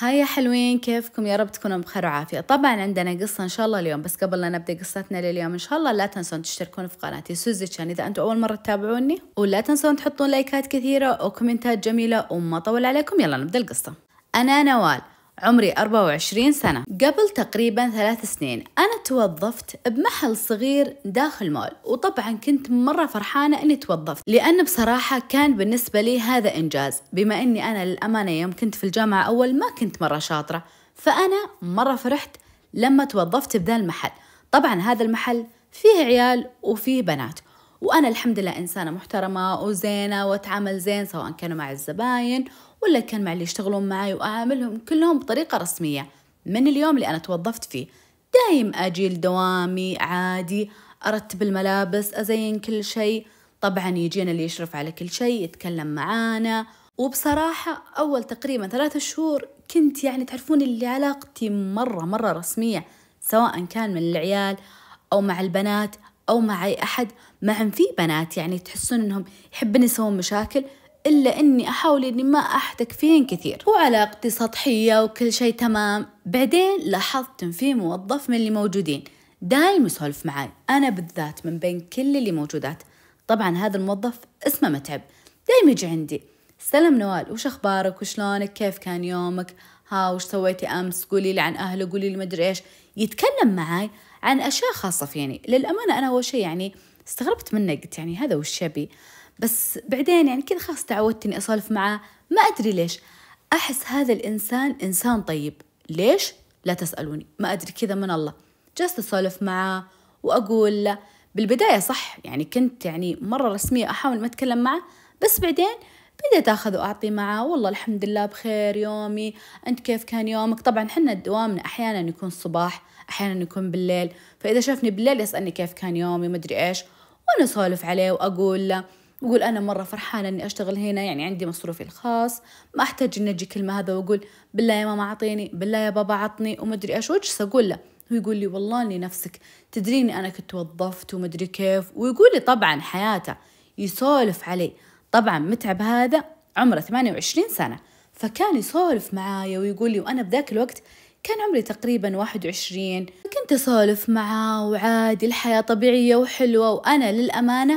هاي يا حلوين، كيفكم؟ يا رب تكونوا بخير وعافية. طبعا عندنا قصة إن شاء الله اليوم، بس قبل لا نبدأ قصتنا لليوم إن شاء الله لا تنسون تشتركون في قناتي سوزي تشان إذا أنتم أول مرة تتابعوني، ولا تنسون تحطون لايكات كثيرة وكومنتات جميلة. وما طول عليكم يلا نبدأ القصة. أنا نوال، عمري 24 سنة. قبل تقريبا 3 سنين أنا توظفت بمحل صغير داخل مول، وطبعا كنت مرة فرحانة أني توظفت، لأن بصراحة كان بالنسبة لي هذا إنجاز، بما أني أنا للأمانة يوم كنت في الجامعة أول ما كنت مرة شاطرة، فأنا مرة فرحت لما توظفت بذا المحل. طبعا هذا المحل فيه عيال وفيه بنات، وأنا الحمد لله إنسانة محترمة وزينة وأتعامل زين، سواء كانوا مع الزباين ولا كان مع اللي يشتغلون معي، وأعاملهم كلهم بطريقة رسمية. من اليوم اللي أنا توظفت فيه دايم أجي لدوامي عادي، أرتب الملابس، أزين كل شيء. طبعا يجينا اللي يشرف على كل شيء، يتكلم معانا. وبصراحة أول تقريبا 3 شهور كنت تعرفون اللي علاقتي مرة رسمية، سواء كان من العيال أو مع البنات أو مع أي أحد. مع في بنات تحسون إنهم يحبون يسوون مشاكل، إلا إني أحاول إني ما أحتك فيهن كثير، وعلاقتي سطحية وكل شيء تمام. بعدين لاحظت إن في موظف من اللي موجودين دايم يسولف معاي أنا بالذات من بين كل اللي موجودات. طبعا هذا الموظف اسمه متعب، دايم يجي عندي: سلام نوال، وش أخبارك وشلونك، كيف كان يومك، ها وش سويتي أمس، قولي لي عن أهله، قولي لي مدري إيش. يتكلم معاي عن أشياء خاصة فيني. للأمانة أنا أول شيء استغربت منه، قلت هذا وش يبي، بس بعدين كذا خلاص تعودت إني أسولف معاه. ما أدري ليش أحس هذا الإنسان إنسان طيب. ليش؟ لا تسألوني، ما أدري، كذا من الله. جلست أسولف معاه وأقول له بالبداية صح كنت مرة رسمية أحاول ما أتكلم معه، بس بعدين بديت أخذ وأعطي معه. والله الحمد لله بخير يومي، أنت كيف كان يومك؟ طبعا حنا دوامنا أحيانا يكون الصباح، أحيانا يكون بالليل، فإذا شافني بالليل يسألني كيف كان يومي مدري إيش، وأنا أسولف عليه وأقول له. وأقول أنا مرة فرحانة إني أشتغل هنا، عندي مصروفي الخاص، ما أحتاج إني أجي كلمة هذا وأقول بالله يا ماما أعطيني، بالله يا بابا عطني ومدري إيش. وجلس أقول له، هو يقول لي والله إني نفسك، تدريني أنا كنت وظفت ومدري كيف، ويقول لي طبعا حياته، يسولف علي. طبعا متعب هذا عمره 28 سنة، فكان يسولف معايا ويقول لي، وأنا بذاك الوقت كان عمري تقريبا 21. كنت أسولف معاه وعادي، الحياة طبيعية وحلوة. وأنا للأمانة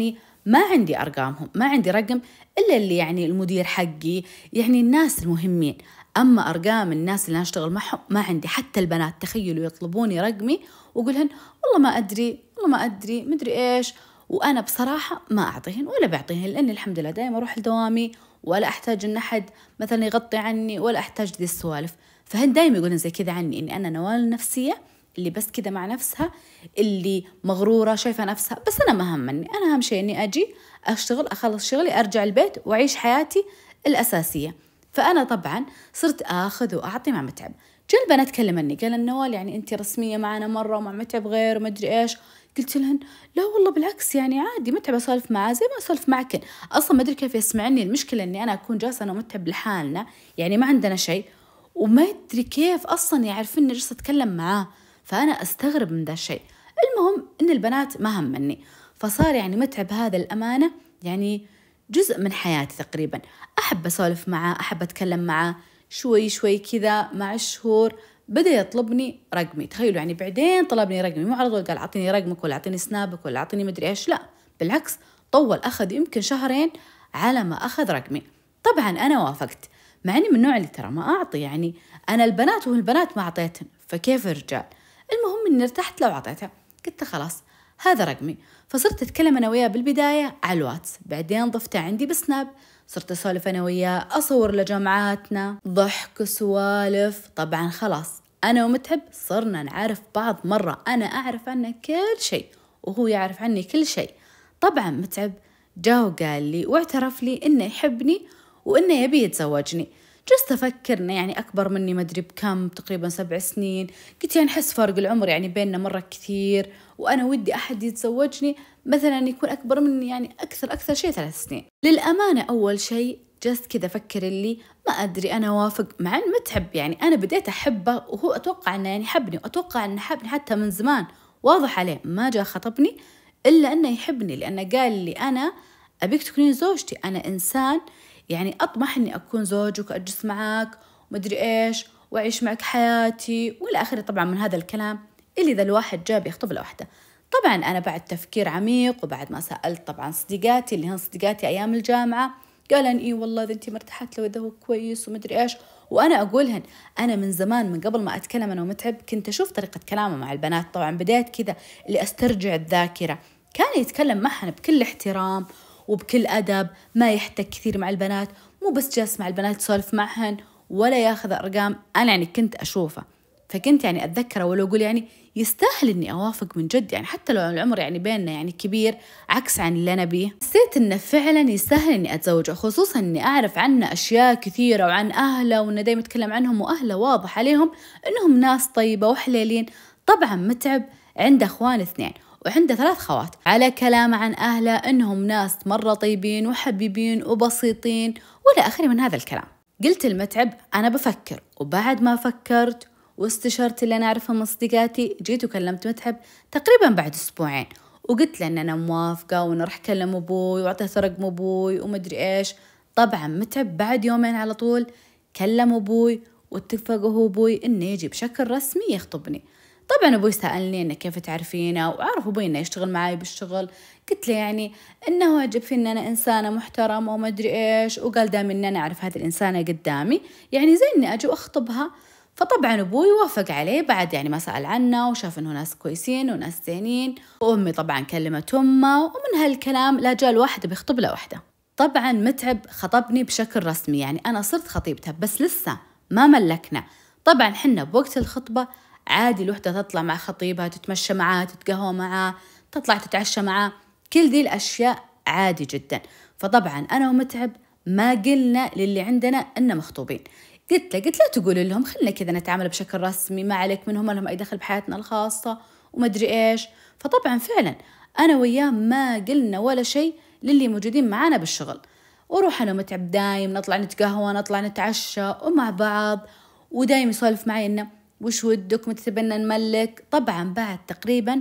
ما عندي أرقامهم، ما عندي رقم إلا اللي المدير حقي، الناس المهمين. أما أرقام الناس اللي أنا أشتغل معهم ما عندي. حتى البنات تخيلوا يطلبوني رقمي وأقولهن والله ما أدري، والله ما أدري مدري إيش. وأنا بصراحة ما أعطيهن ولا بعطيهن، لأن الحمد لله دائما أروح لدوامي، ولا أحتاج إن أحد مثلا يغطي عني، ولا أحتاج ذي السوالف. فهن دائما يقولون زي كذا عني، إني أنا نوال نفسية، اللي بس كذا مع نفسها، اللي مغرورة شايفة نفسها. بس أنا ما همني، أنا أهم شيء إني أجي أشتغل، أخلص شغلي، أرجع البيت وأعيش حياتي الأساسية. فأنا طبعا صرت آخذ وأعطي مع متعب. جاء البنات كلمني، قال النوال أنت رسمية معنا مرة ومع متعب غير ومدري إيش. قلت لهن لا والله بالعكس، عادي، متعب أسولف معاه زي ما أسولف معك. أصلا ما أدري كيف يسمعني. المشكلة إني أنا أكون جالسة أنا ومتعب لحالنا، ما عندنا شيء، وما أدري كيف أصلا يعرف إني جالسة أتكلم معاه. فأنا أستغرب من ذا الشيء. المهم إن البنات ما همني، فصار متعب هذا الأمانة جزء من حياتي تقريبا. أحب أسولف معاه، أحب أتكلم معاه. شوي كذا مع الشهور بدأ يطلبني رقمي. تخيلوا بعدين طلبني رقمي، مو على طول قال أعطيني رقمك ولا أعطيني سنابك ولا أعطيني مدري إيش، لا بالعكس، طول، أخذ يمكن 2 شهر على ما أخذ رقمي. طبعا أنا وافقت، مع أني من النوع اللي ترى ما أعطي، أنا البنات والبنات ما أعطيتهم، فكيف الرجال؟ المهم إني ارتحت لو أعطيتها، قلت خلاص هذا رقمي. فصرت أتكلم أنا وياه بالبداية على الواتس، بعدين ضفته عندي بسناب، صرت أسولف أنا وياه، أصور لجمعاتنا، ضحك وسوالف. طبعا خلاص أنا ومتعب صرنا نعرف بعض مرة، أنا أعرف عنه كل شيء وهو يعرف عني كل شيء. طبعا متعب جاء وقال لي واعترف لي إنه يحبني وإنه يبي يتزوجني. جلست أفكر إنه أكبر مني مدري بكم، تقريبا 7 سنين. قلت حس فرق العمر بيننا مرة كثير، وأنا ودي أحد يتزوجني مثلا يكون أكبر مني أكثر شيء 3 سنين. للأمانة أول شيء جلست كذا أفكر اللي ما أدري أنا وافق، مع إن متعب أنا بديت أحبه، وهو أتوقع إنه حبني، وأتوقع إنه حبني حتى من زمان، واضح عليه ما جاء خطبني إلا أنه يحبني، لأنه قال لي أنا أبيك تكونين زوجتي، أنا إنسان أطمح إني أكون زوجك وأجلس معاك ومدري إيش وأعيش معك حياتي والى آخره طبعا من هذا الكلام اللي إذا الواحد جاب يخطب لوحده. طبعا أنا بعد تفكير عميق وبعد ما سألت طبعا صديقاتي اللي هن صديقاتي أيام الجامعة، قالن إيه والله إذا أنتي مرتاحت له إذا هو كويس ومدري إيش. وأنا أقولهن أنا من زمان من قبل ما أتكلم أنا ومتعب كنت أشوف طريقة كلامه مع البنات، طبعا بداية كذا اللي أسترجع الذاكرة كان يتكلم معهن بكل احترام وبكل أدب، ما يحتك كثير مع البنات، مو بس جالس مع البنات يسولف معهن ولا ياخذ أرقام. أنا يعني كنت أشوفه فكنت يعني أتذكره ولو أقول يعني يستاهل إني أوافق من جد، يعني حتى لو العمر يعني بيننا يعني كبير عكس عن اللي أنا بيه. حسيت إنه فعلا يستاهل إني أتزوجه، خصوصا إني أعرف عنه أشياء كثيرة وعن أهله وإنه دايما يتكلم عنهم وأهله واضح عليهم إنهم ناس طيبة وحليلين. طبعا متعب عنده أخوان 2 وعنده 3 خوات، على كلام عن أهله إنهم ناس مرة طيبين وحبيبين وبسيطين ولا آخر من هذا الكلام. قلت المتعب أنا بفكر، وبعد ما فكرت واستشرت اللي أنا أعرفه من صديقاتي جيت وكلمت متعب تقريبا بعد 2 أسبوع وقلت له إن أنا موافقة وإنه رح كلم أبوي وأعطيت رقم أبوي ومدري إيش. طبعا متعب بعد 2 يوم على طول كلم أبوي واتفقوا هو أبوي إنه يجي بشكل رسمي يخطبني. طبعا أبوي سألني إنه كيف تعرفينه، وعرف أبوي إنه يشتغل معاي بالشغل. قلت له يعني إنه عجب في إن أنا إنسانة محترمة وما أدري إيش، وقال دام إن أنا أعرف هذه الإنسانة قدامي يعني زي إني أجي وأخطبها. فطبعا أبوي وافق عليه بعد يعني ما سأل عنه وشاف إنه ناس كويسين وناس زينين، وأمي طبعا كلمت أمه ومن هالكلام لا جاء الواحد بيخطب له واحدة. طبعا متعب خطبني بشكل رسمي، يعني أنا صرت خطيبته بس لسه ما ملكنا. طبعا حنا بوقت الخطبة عادي الوحدة تطلع مع خطيبها تتمشى معاه تتقهوى معاه تطلع تتعشى معاه، كل دي الأشياء عادي جدا. فطبعا أنا ومتعب ما قلنا للي عندنا إننا مخطوبين، قلت له لا تقول لهم خلنا كذا نتعامل بشكل رسمي، ما عليك منهم لهم أي دخل بحياتنا الخاصة ومدري إيش. فطبعا فعلا أنا وياه ما قلنا ولا شيء للي موجودين معانا بالشغل، وروح أنا ومتعب دايم نطلع نتقهوى نطلع نتعشى ومع بعض، ودايم يسولف معي إنه وش ودك متى تبينا نملك. طبعا بعد تقريبا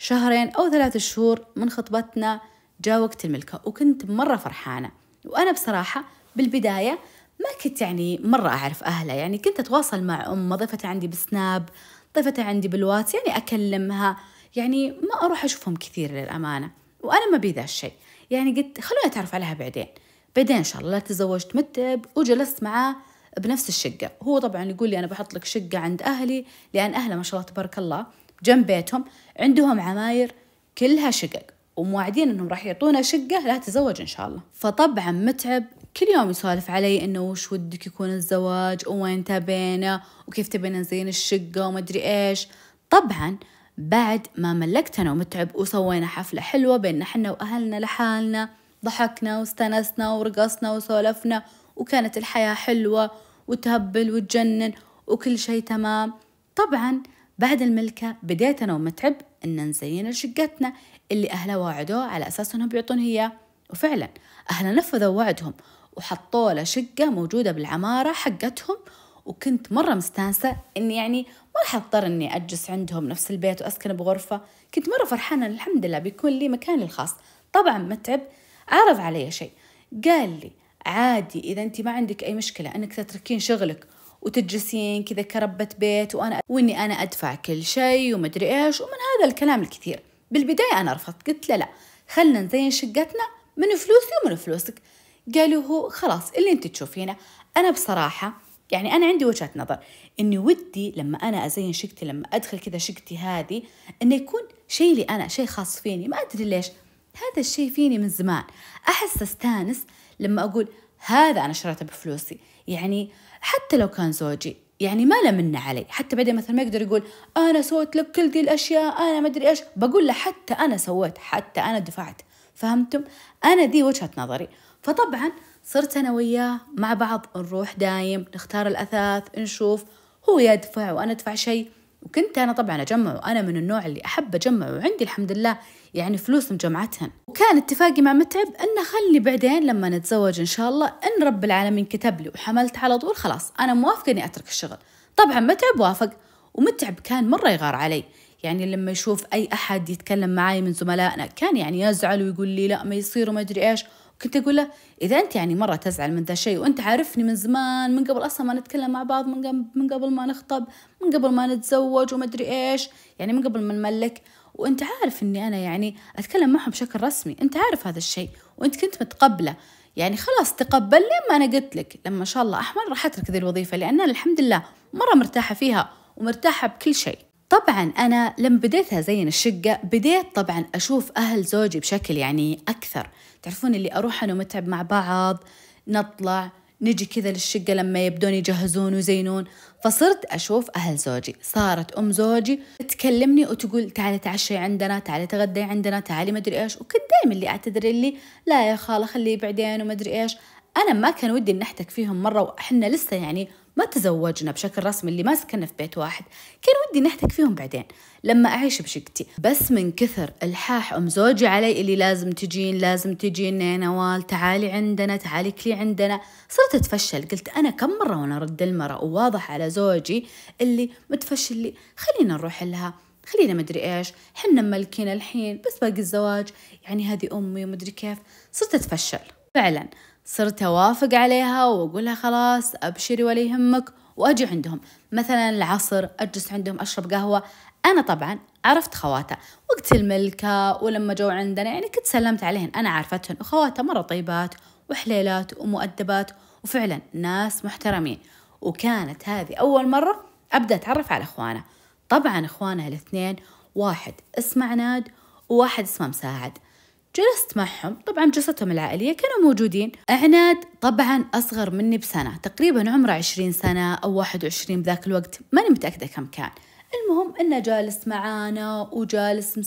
2 أو 3 شهور من خطبتنا جاء وقت الملكة وكنت مرة فرحانة. وأنا بصراحة بالبداية ما كنت يعني مرة أعرف أهلها، يعني كنت أتواصل مع ضيفتها عندي بسناب، ضيفتها عندي بالواتس، يعني أكلمها، يعني ما أروح أشوفهم كثير للأمانة، وأنا ما بي ذا الشيء. يعني قلت خلوني أتعرف عليها بعدين إن شاء الله. تزوجت متعب وجلست معاه بنفس الشقة. هو طبعا يقول لي أنا بحط لك شقة عند أهلي، لأن أهله ما شاء الله تبارك الله جنب بيتهم عندهم عماير كلها شقق، وموعدين إنهم راح يعطونا شقة لا تزوج إن شاء الله. فطبعا متعب كل يوم يسولف علي إنه وش ودك يكون الزواج وين تبينا وكيف تبينا نزين الشقة وما أدري إيش. طبعا بعد ما ملكت أنا ومتعب وسوينا حفلة حلوة بيننا حنا وأهلنا لحالنا، ضحكنا واستنسنا ورقصنا وسولفنا وكانت الحياة حلوة وتهبل وتجنن وكل شيء تمام. طبعا بعد الملكة بديت أنا ومتعب إن نزين شقتنا اللي أهله وعدوه على أساس أنهم بيعطون هي، وفعلا أهله نفذوا وعدهم وحطوا له شقة موجودة بالعمارة حقتهم. وكنت مرة مستانسة إني يعني ما راح أضطر إني أجلس عندهم نفس البيت وأسكن بغرفة، كنت مرة فرحانة الحمد لله بيكون لي مكاني الخاص. طبعا متعب عرض علي شيء، قال لي عادي إذا أنت ما عندك أي مشكلة أنك تتركين شغلك وتجلسين كذا كربة بيت وإني أنا أدفع كل شيء ومدري إيش ومن هذا الكلام الكثير. بالبداية أنا رفضت، قلت لا خلنا نزين شقتنا من فلوسي ومن فلوسك. قالوا هو خلاص اللي أنت تشوفينه. أنا بصراحة يعني أنا عندي وجهة نظر إني ودي لما أنا أزين شقتي لما أدخل كذا شقتي هذه إنه يكون شيء لي أنا، شيء خاص فيني. ما أدري ليش هذا الشيء فيني من زمان، أحس أستانس لما أقول هذا أنا شريته بفلوسي. يعني حتى لو كان زوجي يعني ما لمنا علي، حتى بعدين مثلا ما يقدر يقول أنا سويت لك كل دي الأشياء أنا ما أدري إيش، بقول له حتى أنا سويت، حتى أنا دفعت. فهمتم؟ أنا دي وجهة نظري. فطبعا صرت أنا وياه مع بعض نروح دايم نختار الأثاث نشوف، هو يدفع وأنا أدفع شيء. وكنت أنا طبعا أجمع، وأنا من النوع اللي أحب أجمع، وعندي الحمد لله يعني فلوس مجمعتهن. وكان اتفاقي مع متعب أن خلي بعدين لما نتزوج إن شاء الله إن رب العالمين كتب لي وحملت على طول خلاص أنا موافقة إني أترك الشغل. طبعا متعب وافق، ومتعب كان مرة يغار علي، يعني لما يشوف أي أحد يتكلم معي من زملائنا كان يعني يزعل ويقول لي لا ما يصير وما أدري إيش. كنت أقول له إذا أنت يعني مرة تزعل من ذا الشيء وأنت عارفني من زمان، من قبل أصلا ما نتكلم مع بعض، من قبل ما نخطب، من قبل ما نتزوج وما أدري إيش، يعني من قبل ما نملك، وأنت عارف إني أنا يعني أتكلم معهم بشكل رسمي، أنت عارف هذا الشيء وأنت كنت متقبله، يعني خلاص تقبل لي. ما أنا قلت لك لما إن شاء الله أحمد راح أترك ذي الوظيفة، لأن أنا الحمد لله مرة مرتاحة فيها ومرتاحة بكل شيء. طبعا أنا لما بديت أزين الشقة بديت طبعا أشوف أهل زوجي بشكل يعني أكثر. تعرفون اللي أروح أنا ومتعب مع بعض، نطلع نجي كذا للشقة لما يبدون يجهزون ويزينون، فصرت أشوف أهل زوجي. صارت أم زوجي تكلمني وتقول تعالي تعشي عندنا، تعالي تغدي عندنا، تعالي مدري إيش، وكنت دايما اللي أعتذر لي لا يا خالة خليه بعدين ومدري إيش. أنا ما كان ودي إن نحتك فيهم مرة، وإحنا لسه يعني ما تزوجنا بشكل رسمي، اللي ما سكننا في بيت واحد، كان ودي نحتك فيهم بعدين لما أعيش بشقتي. بس من كثر الحاح أم زوجي علي اللي لازم تجين لازم تجين يا نوال، تعالي عندنا، تعالي كلي عندنا، صرت أتفشل. قلت أنا كم مرة وأنا أرد المرة وواضح على زوجي اللي متفشل لي، خلينا نروح لها، خلينا مدري إيش، حنا مملكين الحين بس باقي الزواج، يعني هذه أمي ومدري كيف. صرت أتفشل فعلا، صرت أوافق عليها وأقولها خلاص أبشري ولا يهمك، وأجي عندهم مثلا العصر أجلس عندهم أشرب قهوة. أنا طبعا عرفت خواته وقت الملكة، ولما جو عندنا يعني كنت سلمت عليهن، أنا عارفتهن، وخواته مرة طيبات وحليلات ومؤدبات وفعلا ناس محترمين. وكانت هذه أول مرة أبدأ أتعرف على إخوانه. طبعا إخوانه الاثنين، واحد اسمه عناد وواحد اسمه مساعد. جلست معهم، طبعا جلستهم العائلية كانوا موجودين. عناد طبعا أصغر مني بسنة، تقريبا عمره 20 سنة أو 21 بذاك الوقت، ماني متأكدة كم كان. المهم إنه جالس معانا، وجالس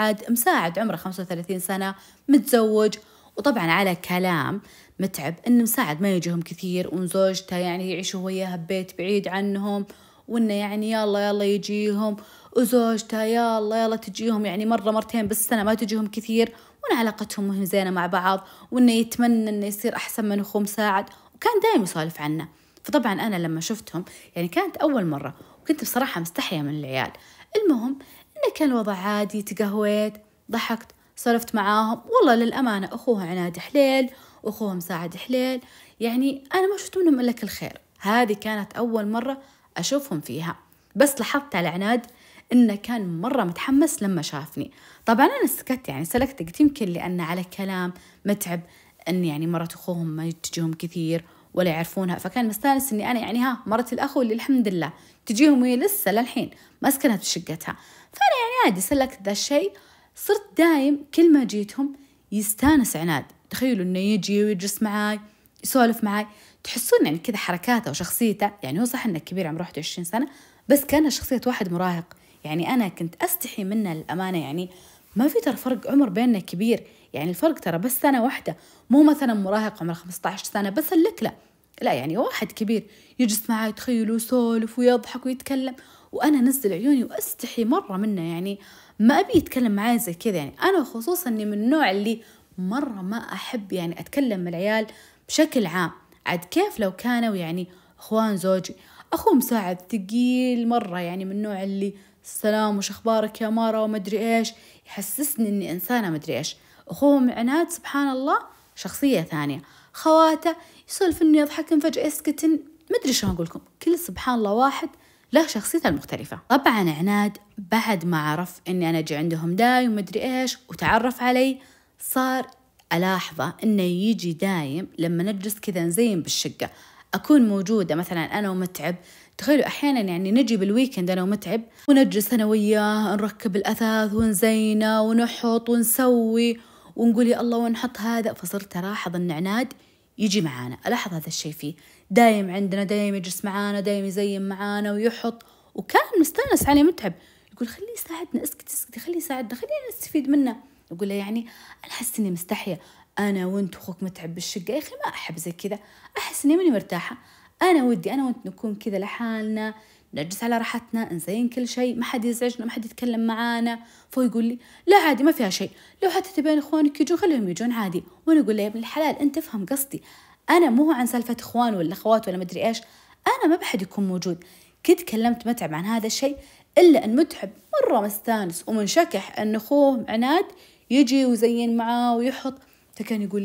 مساعد عمره 35 سنة متزوج. وطبعا على كلام متعب إن مساعد ما يجيهم كثير، وزوجته يعني يعيشوا وياها ببيت بعيد عنهم، وإنه يعني يلا يجيهم، وزوجته يلا تجيهم يعني مرة مرتين بالسنة، ما تجيهم كثير، وإن علاقتهم مهم زينة مع بعض، وإنه يتمنى إنه يصير أحسن من أخوه مساعد، وكان دايم يسولف عنه. فطبعا أنا لما شفتهم يعني كانت أول مرة، وكنت بصراحة مستحية من العيال. المهم إنه كان الوضع عادي، تقهويت، ضحكت، صرفت معاهم. والله للأمانة أخوها عناد حليل وأخوها مساعد حليل، يعني أنا ما شفت منهم إلا كل خير. هذه كانت أول مرة أشوفهم فيها. بس لاحظت على عناد إنه كان مرة متحمس لما شافني. طبعا أنا سكت، يعني سلكت، قلت يمكن لأن على كلام متعب أن يعني مرة أخوهم ما تجيهم كثير ولا يعرفونها، فكان مستانس إني أنا يعني مرة الأخو اللي الحمد لله تجيهم وهي لسه للحين ما سكنت بشقتها. فأنا يعني عادي سلكت ذا الشيء. صرت دايم كل ما جيتهم يستانس عناد، تخيلوا إنه يجي ويجلس معاي يسولف معاي. تحسون يعني كذا حركاته وشخصيته، يعني هو صح إنه كبير عمره 21 سنة، بس كان شخصية واحد مراهق. يعني أنا كنت أستحي منه للأمانة، يعني ما في ترى فرق عمر بيننا كبير، يعني الفرق ترى بس سنة واحدة، مو مثلا مراهق عمره 15 سنة بس لك لا يعني واحد كبير يجلس معي، تخيلوا يسولف ويضحك ويتكلم، وأنا نزل عيوني وأستحي مرة منه، يعني ما أبي يتكلم معي زي كذا. يعني أنا خصوصا إني من النوع اللي مرة ما أحب يعني أتكلم مع العيال بشكل عام، عاد كيف لو كانوا يعني أخوان زوجي. أخوه مساعد ثقيل مرة، يعني من النوع اللي السلام وش أخبارك يا مارا ومدري إيش، يحسسني إني إنسانة مدري إيش. أخوه عناد سبحان الله شخصية ثانية. خواته يسولف إني يضحكن فجأة يسكتن، مدري شو أقولكم، كل سبحان الله واحد له شخصيته المختلفة. طبعا عناد بعد ما عرف إني أنا أجي عندهم دايم ومدري إيش وتعرف علي، صار ألاحظه إنه يجي دايم لما نجلس كذا نزين بالشقة، أكون موجودة مثلا أنا ومتعب. تخيلوا أحيانا يعني نجي بالويكند أنا ومتعب ونجلس أنا وياه نركب الأثاث ونزينه ونحط ونسوي ونقول يا الله ونحط هذا. فصرت ألاحظ أن عناد يجي معانا، ألاحظ هذا الشيء فيه، دايم عندنا، دايم يجلس معانا، دايم يزين معانا ويحط، وكان مستانس علي متعب، يقول خليه يساعدنا، اسكتي خليه يساعدنا، خلينا نستفيد منه. أقول له يعني أنا أحس إني مستحية أنا وأنت أخوك متعب بالشقة، يا أخي ما أحب زي كذا، أحس إني ماني مرتاحة، أنا ودي أنا وأنت نكون كذا لحالنا، نجلس على راحتنا، نزين كل شيء، ما حد يزعجنا، ما حد يتكلم معانا. فهو يقول لي لا عادي ما فيها شيء، لو حتى تبين إخوانك يجون خليهم يجون عادي. وأنا أقول له يا ابن الحلال أنت فهم قصدي، أنا مو عن سالفة إخوان ولا أخوات ولا مدري إيش، أنا ما بحد يكون موجود. كنت كلمت متعب عن هذا الشيء، إلا أن متعب مرة مستانس ومنشكح أن أخوه عناد يجي ويزين معاه ويحط. فكان يقول لي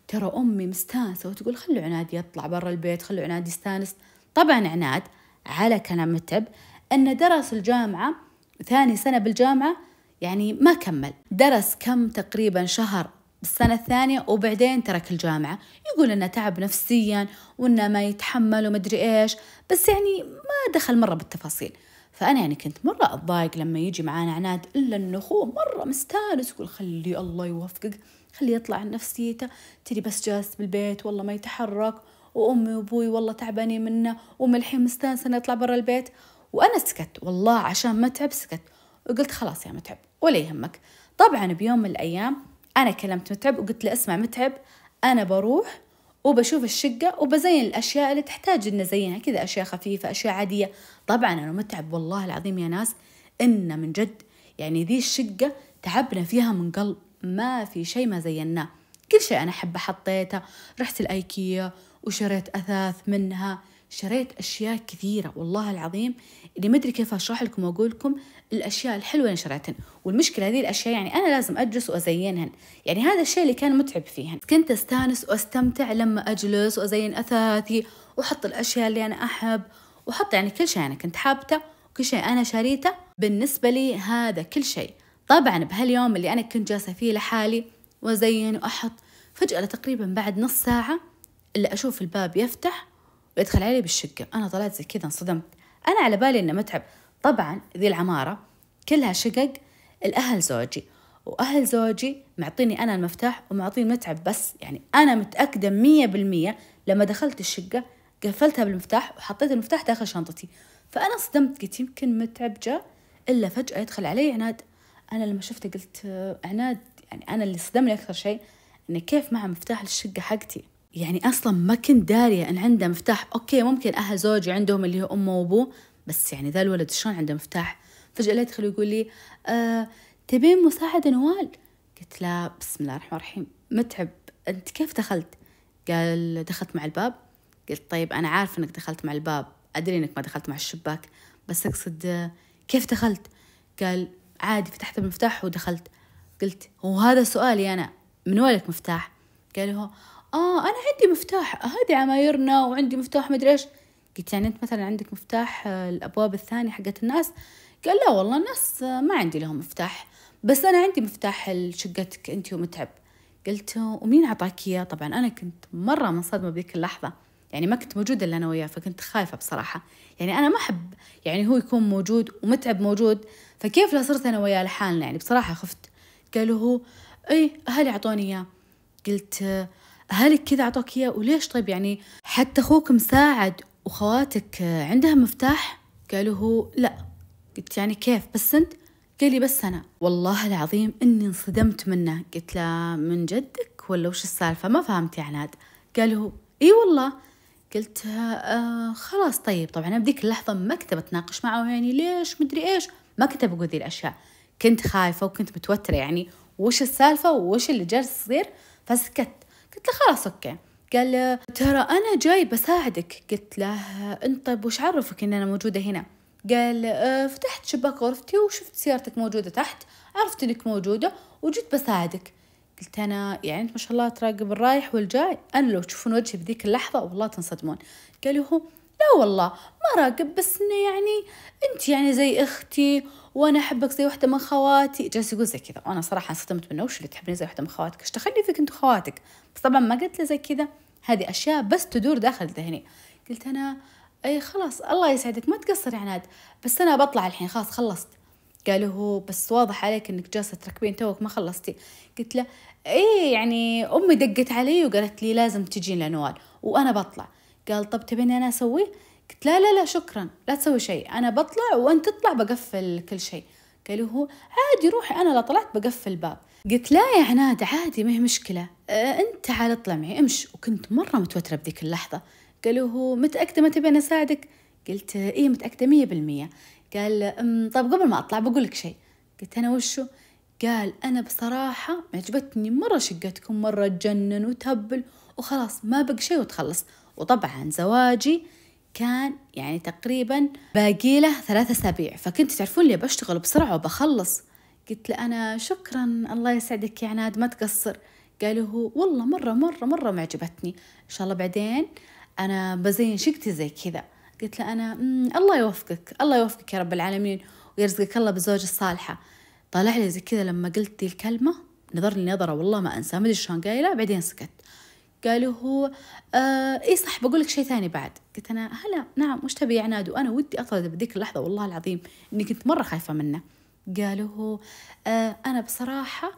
ترى أمي مستانسة، وتقول خلوا عناد يطلع برا البيت، خلوا عناد يستانس. طبعا عناد على كلام متعب أنه درس الجامعة، ثاني سنة بالجامعة، يعني ما كمل، درس كم تقريبا شهر بالسنة الثانية وبعدين ترك الجامعة. يقول إنه تعب نفسيا وإنه ما يتحمل ومدري إيش، بس يعني ما دخل مرة بالتفاصيل. فأنا يعني كنت مرة أتضايق لما يجي معانا عناد، إلا إنه أخوه مرة مستانس، يقول خلي الله يوفقك، خلي يطلع عن نفسيته، تري بس جالس بالبيت والله ما يتحرك، وأمي وأبوي والله تعبانين منه، وأمي الحين مستانسة إنه يطلع برا البيت. وأنا سكت والله عشان متعب، سكت وقلت خلاص يا متعب ولا يهمك. طبعا بيوم من الأيام أنا كلمت متعب وقلت له اسمع متعب، أنا بروح وبشوف الشقة وبزين الأشياء اللي تحتاج إن نزينها كذا، أشياء خفيفة أشياء عادية. طبعا أنا متعب والله العظيم يا ناس إن من جد يعني ذي الشقة تعبنا فيها من قلب، ما في شيء ما زيناه، كل شيء أنا حبة حطيته. رحت الأيكيا وشريت أثاث منها، شريت أشياء كثيرة والله العظيم اللي ما أدري كيف أشرح لكم وأقول لكم الأشياء الحلوة اللي شريتهن. والمشكلة هذه الأشياء يعني أنا لازم أجلس وأزينهن، يعني هذا الشيء اللي كان متعب فيهن. كنت أستانس وأستمتع لما أجلس وأزين أثاثي وأحط الأشياء اللي أنا أحب، وأحط يعني كل شيء أنا كنت حابته وكل شيء أنا شريته بالنسبة لي، هذا كل شيء. طبعا بهاليوم اللي أنا كنت جالسة فيه لحالي وأزين وأحط، فجأة تقريبا بعد نص ساعة اللي أشوف الباب يفتح ويدخل علي بالشقة. أنا طلعت زي كذا انصدمت، أنا على بالي إنه متعب. طبعا ذي العمارة كلها شقق الأهل زوجي، وأهل زوجي معطيني أنا المفتاح ومعطين متعب، بس يعني أنا متأكدة 100% لما دخلت الشقة قفلتها بالمفتاح وحطيت المفتاح داخل شنطتي. فأنا صدمت، قلت يمكن متعب جاء، إلا فجأة يدخل علي عناد. أنا لما شفته قلت عناد، يعني أنا اللي صدمني أكثر شيء إنه كيف معه مفتاح للشقة حقتي، يعني أصلا ما كنت دارية إن عنده مفتاح. أوكي ممكن أهل زوجي عندهم اللي هو أمه وأبوه، بس يعني ذا الولد شلون عنده مفتاح؟ فجأة يدخل ويقول لي تبين مساعدة نوال؟ قلت لا بسم الله الرحمن الرحيم، متعب أنت كيف دخلت؟ قال دخلت مع الباب. قلت طيب أنا عارف إنك دخلت مع الباب، أدري إنك ما دخلت مع الشباك، بس أقصد كيف دخلت؟ قال عادي فتحت المفتاح ودخلت. قلت هو هذا سؤالي أنا، من وين لك مفتاح؟ قال هو أنا عندي مفتاح، هذه عمايرنا وعندي مفتاح مدري إيش. قلت يعني أنت مثلا عندك مفتاح الأبواب الثانية حقت الناس؟ قال لا والله الناس ما عندي لهم مفتاح، بس أنا عندي مفتاح شقتك أنت ومتعب. قلت ومين عطاك إياه؟ طبعا أنا كنت مرة منصدمة بذيك اللحظة، يعني ما كنت موجودة إلا أنا وياه، فكنت خايفة بصراحة. يعني أنا ما أحب يعني هو يكون موجود ومتعب موجود، فكيف لا صرت أنا وياه لحالنا؟ يعني بصراحة خفت. قالوا هو أي أهلي عطوني إياه. قلت أهلك كذا عطوك إياه؟ وليش طيب يعني حتى أخوك مساعد وخواتك عندها مفتاح؟ قالوا هو لا. قلت يعني كيف بس أنت؟ قال لي بس أنا. والله العظيم إني انصدمت منه، قلت له من جدك ولا وش السالفة؟ ما فهمت يا عناد. قالوا إي والله. قلت خلاص طيب. طبعا أنا بديك اللحظة ما كنت بتناقش معه يعني ليش مدري إيش، ما كنت بقول ذي الأشياء، كنت خايفة وكنت متوترة يعني وش السالفة وش اللي جالس يصير، فسكت. قلت له خلاص أوكي. قال ترى أنا جاي بساعدك. قلت له أنت طيب وش عرفك إن أنا موجودة هنا؟ قال فتحت شباك غرفتي وشفت سيارتك موجودة تحت، عرفت إنك موجودة وجيت بساعدك. قلت أنا يعني أنت ما شاء الله تراقب الرايح والجاي، أنا لو تشوفون وجهي بذيك اللحظة والله تنصدمون. قالوا هو لا والله ما راقب، بس إنه يعني أنت يعني زي أختي وأنا أحبك زي واحدة من خواتي. جالس يقول زي كذا، وأنا صراحة صدمت منه، وش اللي تحبني زي واحدة من خواتك؟ إيش تخلي فيك أنت خواتك؟ بس طبعا ما قلت له زي كذا، هذه أشياء بس تدور داخل ذهني. قلت أنا أي خلاص الله يسعدك ما تقصر يا عناد، بس أنا بطلع الحين خلاص خلصت. قالوا هو بس واضح عليك إنك جالسة تركبين توك ما خلصتي. قلت له إيه يعني أمي دقت علي وقالت لي لازم تجين لنوال وأنا بطلع. قال طب تبيني أنا أسوي؟ قلت لا لا لا شكرا لا تسوي شيء، أنا بطلع وأنت تطلع بقفل كل شيء. قالوا هو عادي روحي، أنا لا طلعت بقفل الباب. قلت لا يا عناد عادي ما هي مشكلة، أنت تعال اطلع معي امش. وكنت مرة متوترة بذيك اللحظة. قالوا هو متأكدة ما تبين أساعدك؟ قلت إيه متأكدة 100%. قال طب قبل ما أطلع بقول لك شيء. قلت أنا وشو؟ قال أنا بصراحة عجبتني مرة شقتكم، مرة تجنن وتهبل وخلاص ما بقى شيء وتخلص. وطبعا زواجي كان يعني تقريبا باقي له 3 أسابيع، فكنت تعرفون لي بشتغل بسرعة وبخلص. قلت له أنا شكرا الله يسعدك يا عناد ما تقصر. قال هو والله مرة ما عجبتني، إن شاء الله بعدين أنا بزين شقتي زي كذا. قلت له أنا الله يوفقك، الله يوفقك يا رب العالمين ويرزقك الله بالزوجة الصالحة. طلع لي زي كذا لما قلت دي الكلمة، نظر لي نظرة والله ما أنسى، ما أدري شلون قايلة، بعدين سكت. قالوا هو إيه صح بقولك شيء ثاني بعد. قلت أنا هلا نعم وش تبي يا عناد، وأنا ودي أطرد بذيك اللحظة والله العظيم إني كنت مرة خايفة منه. قالوا هو أنا بصراحة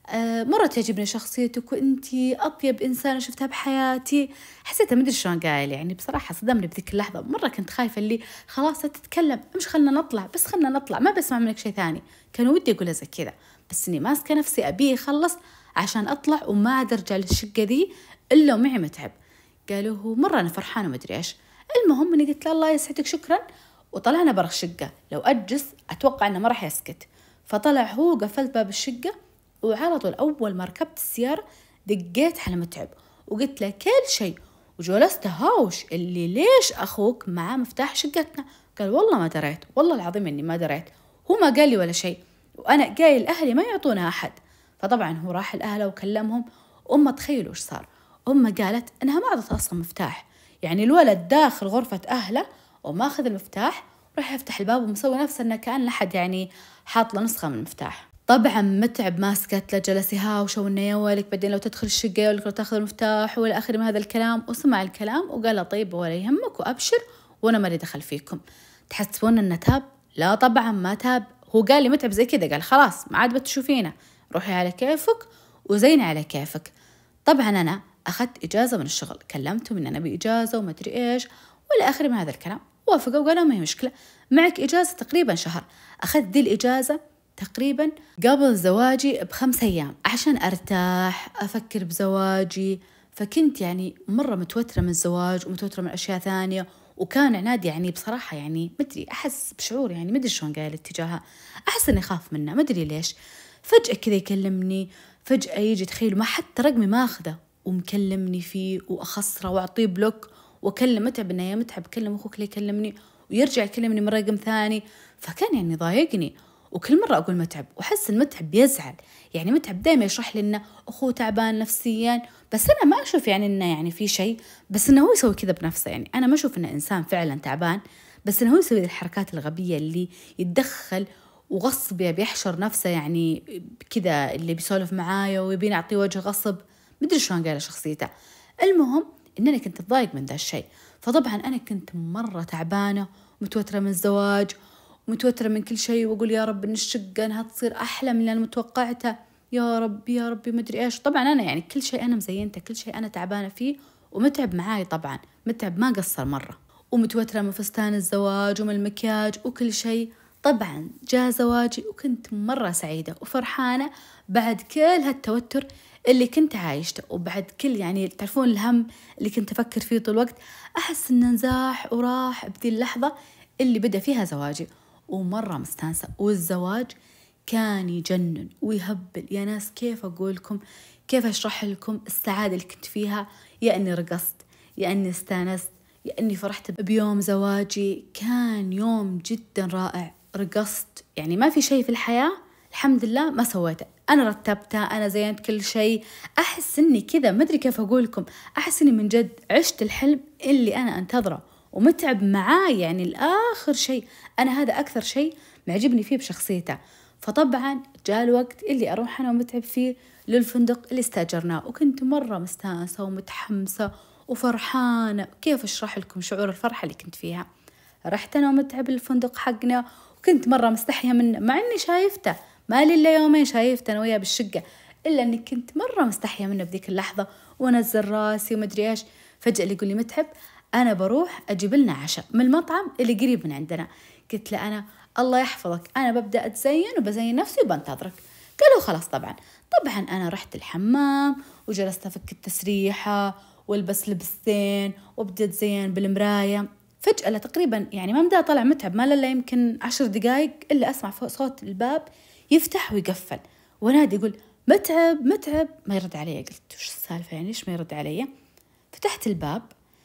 مرة تعجبني شخصيتك وأنتي أطيب إنسانة شفتها بحياتي. حسيت ما أدري شلون قايل يعني، بصراحة صدمني بذيك اللحظة، مرة كنت خايفة اللي خلاص تتكلم مش خلنا نطلع، بس خلنا نطلع ما بسمع منك شيء ثاني. كان ودي أقولها زي كذا، بس إني ماسكة نفسي أبيه يخلص عشان أطلع وما عاد أرجع للشقة ذي إلا ومعي متعب. قالوا هو مرة أنا فرحانة وما أدري إيش. المهم إني قلت له الله يسعدك شكرا، وطلعنا برا الشقة. لو أجلس أتوقع إنه ما راح يسكت، فطلع هو، قفلت باب الشقة، وعلى طول أول ما ركبت السيارة دقيت على متعب وقلت له كل شيء، وجلست هاوش اللي ليش أخوك معاه مفتاح شقتنا. قال والله ما دريت، والله العظيم إني ما دريت، هو ما قال لي ولا شيء، وأنا قايل أهلي ما يعطونا أحد. فطبعا هو راح لأهله وكلمهم. تخيلوا إيش صار، قالت إنها ما عطت أصلا مفتاح، يعني الولد داخل غرفة أهله وماخذ المفتاح راح يفتح الباب ومسوي نفسه إنه كأن لحد يعني حاط له نسخة من المفتاح. طبعا متعب ما سكت له، جلس يهاوش وإنه يا ويلك بعدين لو تدخل الشقة يقولك لو تاخذ المفتاح والى آخره من هذا الكلام. وسمع الكلام وقال له طيب ولا يهمك وأبشر وأنا ما لي دخل فيكم. تحسبون إنه تاب؟ لا طبعا ما تاب. هو قال لي متعب زي كذا، قال خلاص ما عاد بتشوفينه، روحي على كيفك وزيني على كيفك. طبعا أنا أخذت إجازة من الشغل، كلمتهم إن أنا بإجازة وما أدري إيش ولا آخر من هذا الكلام، وافقوا وقالوا ما هي مشكلة، معك إجازة تقريبا شهر. أخذت دي الإجازة تقريبا قبل زواجي ب5 أيام عشان أرتاح أفكر بزواجي. فكنت يعني مرة متوترة من الزواج ومتوترة من أشياء ثانية، وكان عناد يعني بصراحة يعني مدري أحس بشعور يعني مدري شلون قايل اتجاهها، أحس إني خاف منه مدري ليش. فجأة كذا يكلمني، فجأة يجي تخيلوا ما حتى رقمي ما أخذه ومكلمني فيه وأخسره وأعطيه بلوك، وأكلم متعب إنه يا متعب كلم أخوك ليه يكلمني، ويرجع يكلمني من رقم ثاني. فكان يعني ضايقني، وكل مرة أقول متعب وأحس المتعب بيزعل. يعني متعب دايما يشرح لي إنه أخوه تعبان نفسيا، بس أنا ما أشوف يعني إنه يعني في شيء، بس إنه هو يسوي كذا بنفسه. يعني أنا ما أشوف إنه إنسان فعلا تعبان، بس إنه هو يسوي الحركات الغبية اللي يتدخل وغصب بيحشر نفسه يعني كذا، اللي بيسولف معايا ويبين أعطيه وجه غصب، مدري شلون قال شخصيته. المهم إن أنا كنت أتضايق من ذا الشيء. فطبعا أنا كنت مرة تعبانة ومتوترة من الزواج ومتوترة من كل شيء، وأقول يا رب إن الشقة إنها تصير أحلى من اللي أنا متوقعته، يا ربي يا ربي مدري إيش. طبعا أنا يعني كل شيء أنا مزينته، كل شيء أنا تعبانة فيه، ومتعب معاي طبعا، متعب ما قصر مرة، ومتوترة من فستان الزواج ومن المكياج وكل شيء. طبعا جاء زواجي وكنت مرة سعيدة وفرحانة بعد كل هالتوتر اللي كنت عايشته، وبعد كل يعني تعرفون الهم اللي كنت أفكر فيه طول الوقت، أحس إنه نزاح وراح بذي اللحظة اللي بدأ فيها زواجي. ومرة مستانسة، والزواج كان يجنن ويهبل يا ناس، كيف أقول لكم، كيف أشرح لكم السعادة اللي كنت فيها. يا أني رقصت، يا أني استانست، يا أني فرحت بيوم زواجي. كان يوم جدا رائع، رقصت، يعني ما في شيء في الحياة الحمد لله ما سويته، أنا رتبتها، أنا زينت كل شيء. أحس إني كذا ما أدري كيف أقول لكم، أحس إني من جد عشت الحلم اللي أنا أنتظره، ومتعب معاي يعني الآخر شيء. أنا هذا أكثر شيء معجبني فيه بشخصيته. فطبعا جاء الوقت اللي أروح أنا ومتعب فيه للفندق اللي استأجرناه، وكنت مرة مستانسة ومتحمسة وفرحانة. كيف أشرح لكم شعور الفرحة اللي كنت فيها. رحت أنا ومتعب للفندق حقنا، وكنت مرة مستحية منه مع إني شايفته ما لي إلا يومين، شايفته أنا وياه بالشقة، إلا إني كنت مرة مستحية منه بذيك اللحظة، ونزل راسي ومدري إيش. فجأة اللي يقول لي متعب أنا بروح أجيب لنا عشاء من المطعم اللي قريب من عندنا. قلت له أنا الله يحفظك أنا ببدأ أتزين وبزين نفسي وبنتظرك. قالوا خلاص. طبعا أنا رحت الحمام وجلست أفك التسريحة والبس لبستين وبدأت زين بالمراية. فجأة تقريبا يعني ما بدأ طلع متعب، ما إلا يمكن 10 دقايق إلا أسمع صوت الباب يفتح ويقفل، ونادي يقول متعب متعب، ما يرد علي. قلت وش السالفة يعني إيش ما يرد علي؟ فتحت الباب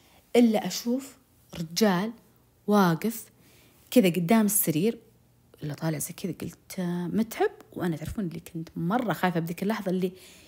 إلا أشوف رجال واقف كذا قدام السرير، إلا طالع زي كذا. قلت متعب، وأنا تعرفون اللي كنت مرة خايفة بذيك اللحظة اللي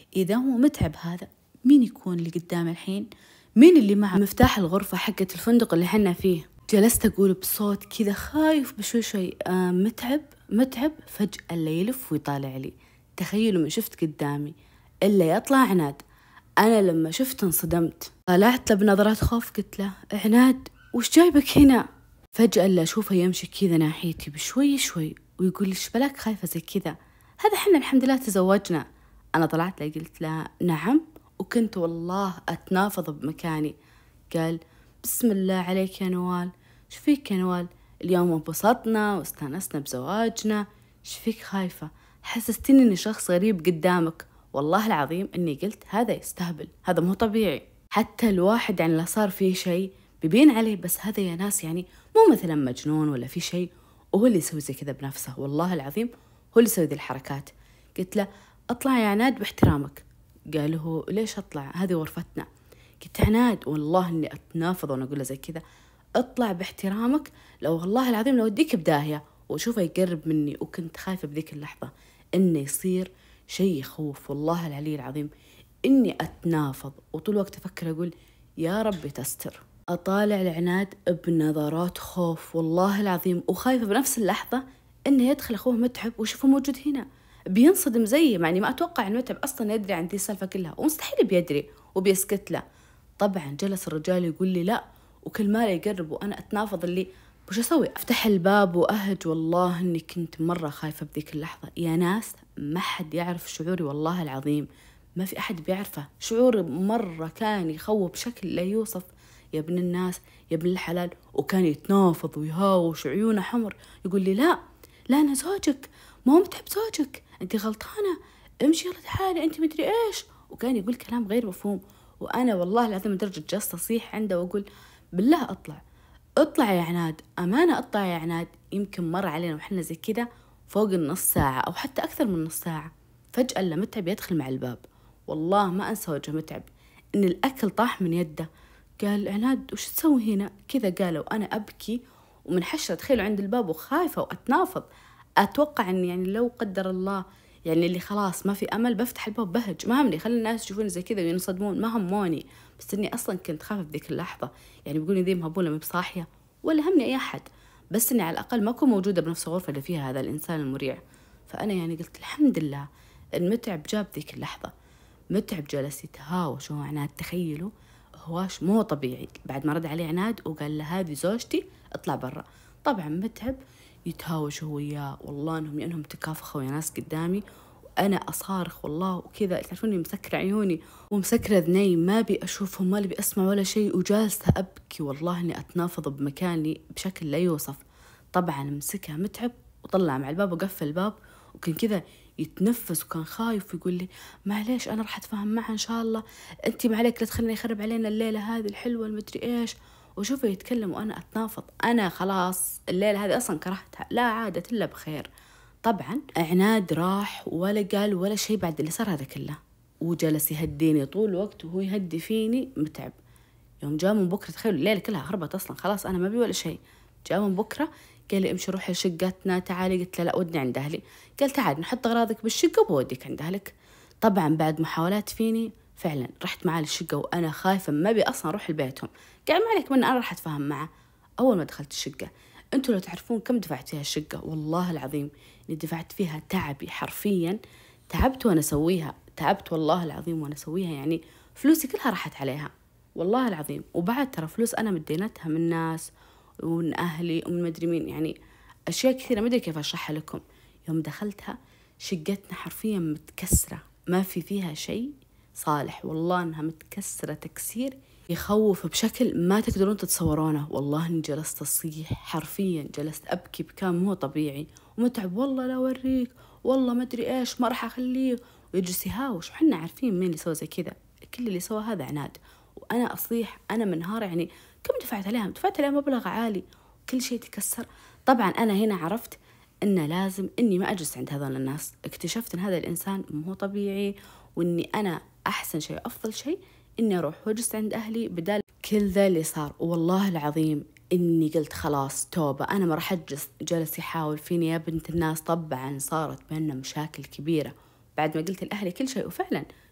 إذا هو متعب هذا، مين يكون اللي قدام الحين؟ مين اللي معه مفتاح الغرفة حقة الفندق اللي حنا فيه؟ جلست أقول بصوت كذا خايف بشوي شوي، متعب متعب. فجأة اللي يلف ويطالع لي، تخيلوا من شفت قدامي إلا يطلع عناد. أنا لما شفت انصدمت، طلعت له بنظرات خوف، قلت له عناد وش جايبك هنا؟ فجأة اللي أشوفه يمشي كذا ناحيتي بشوي شوي ويقول لي إيش بلاك خايفة زي كذا؟ هذا حنا الحمد لله تزوجنا. أنا طلعت له قلت له نعم، وكنت والله أتنافض بمكاني. قال بسم الله عليك يا نوال، شو فيك يا نوال؟ اليوم انبسطنا واستانسنا بزواجنا، شو فيك خايفة؟ حسستني إني شخص غريب قدامك. والله العظيم إني قلت هذا يستهبل، هذا مو طبيعي. حتى الواحد يعني لا صار فيه شيء بيبين عليه، بس هذا يا ناس يعني مو مثلا مجنون ولا في شيء وهو اللي يسوي زي كذا بنفسه. والله العظيم هو اللي يسوي ذي الحركات. قلت له اطلع يا عناد باحترامك. قال له ليش اطلع؟ هذه غرفتنا. قلت عناد والله اني اتنافض وانا اقول له زي كذا، اطلع باحترامك لو والله العظيم لو اديك بداهيه. واشوفه يقرب مني، وكنت خايفه بذيك اللحظه انه يصير شيء يخوف. والله العلي العظيم اني اتنافض وطول الوقت افكر اقول يا ربي تستر. اطالع العناد بنظرات خوف والله العظيم، وخايفه بنفس اللحظه انه يدخل اخوه متعب ويشوفه موجود هنا، بينصدم زيي. يعني ما اتوقع ان متعب اصلا يدري عن دي السالفه كلها، ومستحيل بيدري وبيسكت له. طبعا جلس الرجال يقول لي لا، وكل ما يقرب وانا اتنافض اللي وش اسوي؟ افتح الباب واهج. والله اني كنت مره خايفه بذيك اللحظه يا ناس. ما حد يعرف شعوري والله العظيم، ما في احد بيعرفه. شعور مره كان يخوف بشكل لا يوصف يا ابن الناس يا ابن الحلال. وكان يتنافض ويهاوش وعيونه حمر، يقول لي لا لا انا زوجك، ما هو متعب زوجك، انت غلطانه، امشي يلا تعالي انت مدري ايش. وكان يقول كلام غير مفهوم. وانا والله العظيم لدرجه جلست اصيح عنده واقول بالله اطلع اطلع يا عناد، امانه اطلع يا عناد. يمكن مر علينا وحنا زي كذا فوق النص ساعه او حتى اكثر من نص ساعه. فجاه لما متعب يدخل مع الباب، والله ما انسى وجه متعب ان الاكل طاح من يده. قال عناد وش تسوي هنا كذا؟ قال وانا ابكي ومن حشرة تخيلوا عند الباب وخايفه واتنافض. اتوقع اني يعني لو قدر الله يعني اللي خلاص ما في امل بفتح الباب بهج، ما همني خلي الناس يشوفوني زي كذا وينصدمون، ما هموني. بس اني اصلا كنت خايفه في ذيك اللحظه، يعني بيقولوا ذي مهبوله ما بصاحيه ولا همني اي احد، بس اني على الاقل ما اكون موجوده بنفس الغرفه اللي فيها هذا الانسان المريع. فانا يعني قلت الحمد لله ان متعب جاب ذيك اللحظه. متعب جلس يتهاوش وهو عناد، تخيلوا هواش مو طبيعي. بعد ما رد عليه عناد وقال له هذه زوجتي اطلع برا، طبعا متعب يتهاوش هو وياه. والله انهم تكافخوا يا ناس قدامي، وانا اصارخ والله وكذا. تعرفوني مسكر عيوني ومسكر اذني، ما بي اشوفهم ما بي اسمع ولا شيء، وجالسه ابكي والله اني اتنافض بمكاني بشكل لا يوصف. طبعا مسكها متعب وطلع مع الباب وقفل الباب، وكان كذا يتنفس وكان خايف ويقول لي معليش انا راح اتفاهم معها ان شاء الله، انت ما عليك لا تخليني يخرب علينا الليله هذه الحلوه المدري ايش. وشوفه يتكلم وانا اتنافض. انا خلاص الليله هذه اصلا كرهتها، لا عادت الا بخير. طبعا عناد راح ولا قال ولا شيء بعد اللي صار هذا كله، وجلس يهديني طول الوقت وهو يهدي فيني متعب. يوم جاء من بكره تخيلوا الليله كلها هربت اصلا خلاص انا ما بي ولا شيء. جاء من بكره قال لي امشي روحي لشقتنا تعالي. قلت له لا ودني عند اهلي. قال تعال نحط اغراضك بالشقه وبوديك عند اهلك. طبعا بعد محاولات فيني فعلا رحت معاه للشقه وانا خايفه ما بي اصلا اروح لبيتهم. قال ما عليك من انا راح اتفاهم معه. اول ما دخلت الشقه انتوا لو تعرفون كم دفعت فيها الشقه، والله العظيم اني دفعت فيها تعبي حرفيا. تعبت وانا اسويها، تعبت والله العظيم وانا اسويها، يعني فلوسي كلها راحت عليها والله العظيم. وبعد ترى فلوس انا مدينتها من ناس ومن اهلي ومن مدري مين، يعني اشياء كثيره ما ادري كيف اشرحها لكم. يوم دخلتها شقتنا حرفيا متكسره، ما في فيها شيء صالح، والله انها متكسره تكسير يخوف بشكل ما تقدرون تتصورونه. والله اني جلست اصيح حرفيا، جلست ابكي بكام مو طبيعي. ومتعب والله لا اوريك والله ما ادري ايش ما راح اخليه، ويجلس يهاوش. وحنا عارفين مين اللي سوى زي كذا، كل اللي سوى هذا عناد. وانا اصيح انا منهار، يعني كم دفعت عليها؟ دفعت عليها مبلغ عالي، كل شيء تكسر. طبعا انا هنا عرفت ان لازم اني ما اجلس عند هذول الناس. اكتشفت ان هذا الانسان مو طبيعي، واني انا احسن شيء افضل شيء اني اروح واجلس عند اهلي بدال كل ذا اللي صار. والله العظيم اني قلت خلاص توبه انا ما راح اجلس. جلس يحاول فيني يا بنت الناس. طبعا صارت بيننا مشاكل كبيره بعد ما قلت لاهلي كل شيء، وفعلا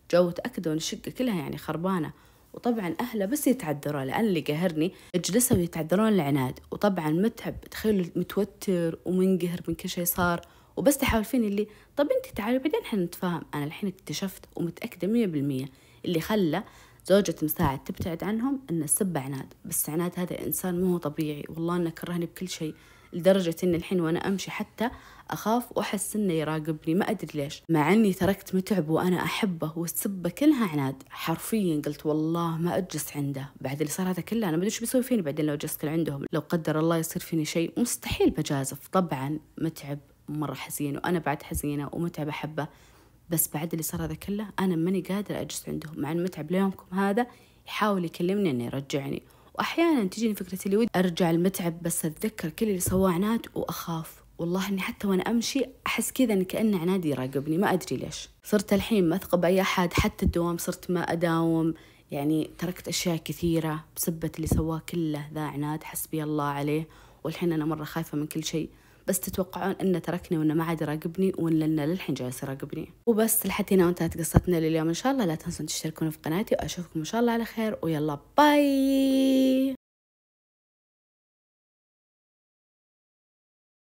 جو تأكدوا إن الشقة كلها يعني خربانة. وطبعا أهله بس يتعذرون، لأن اللي قهرني يجلسوا ويتعذرون العناد. وطبعا متعب تخيلوا متوتر ومنقهر من كل شيء صار، وبس تحاول فيني اللي طب انت تعالي بعدين احنا نتفاهم. انا الحين اكتشفت ومتأكدة 100% اللي خلى زوجة مساعد تبتعد عنهم ان السب عناد. بس عناد هذا انسان مو طبيعي، والله انه كرهني بكل شيء، لدرجة ان الحين وانا امشي حتى اخاف واحس انه يراقبني، ما ادري ليش، مع اني تركت متعب وانا احبه والسبة كلها عناد. حرفيا قلت والله ما اجلس عنده بعد اللي صار هذا كله. انا ما ادري ايش بيسوي فيني بعدين لو جلست عندهم، لو قدر الله يصير فيني شيء مستحيل بجازف. طبعا متعب مرة حزين وأنا بعد حزينة، ومتعب أحبه، بس بعد اللي صار هذا كله أنا ماني قادرة أجلس عندهم. مع أن متعب ليومكم هذا يحاول يكلمني إنه يرجعني، وأحيانا تجيني فكرة اللي ودي أرجع المتعب، بس أتذكر كل اللي سواه عناد وأخاف. والله إني حتى وأنا أمشي أحس كذا إن كأن عناد يراقبني، ما أدري ليش. صرت الحين ما أثق بأي أحد، حتى الدوام صرت ما أداوم، يعني تركت أشياء كثيرة بسبة اللي سواه كله ذا عناد، حسبي الله عليه. والحين أنا مرة خايفة من كل شيء، بس تتوقعون إنه تركني وإنه ما عاد يراقبني، وإنه للحين جالس يراقبني. وبس لحد هنا وانتهت قصتنا لليوم. إن شاء الله لا تنسون تشتركون في قناتي، وأشوفكم إن شاء الله على خير، ويلا باي.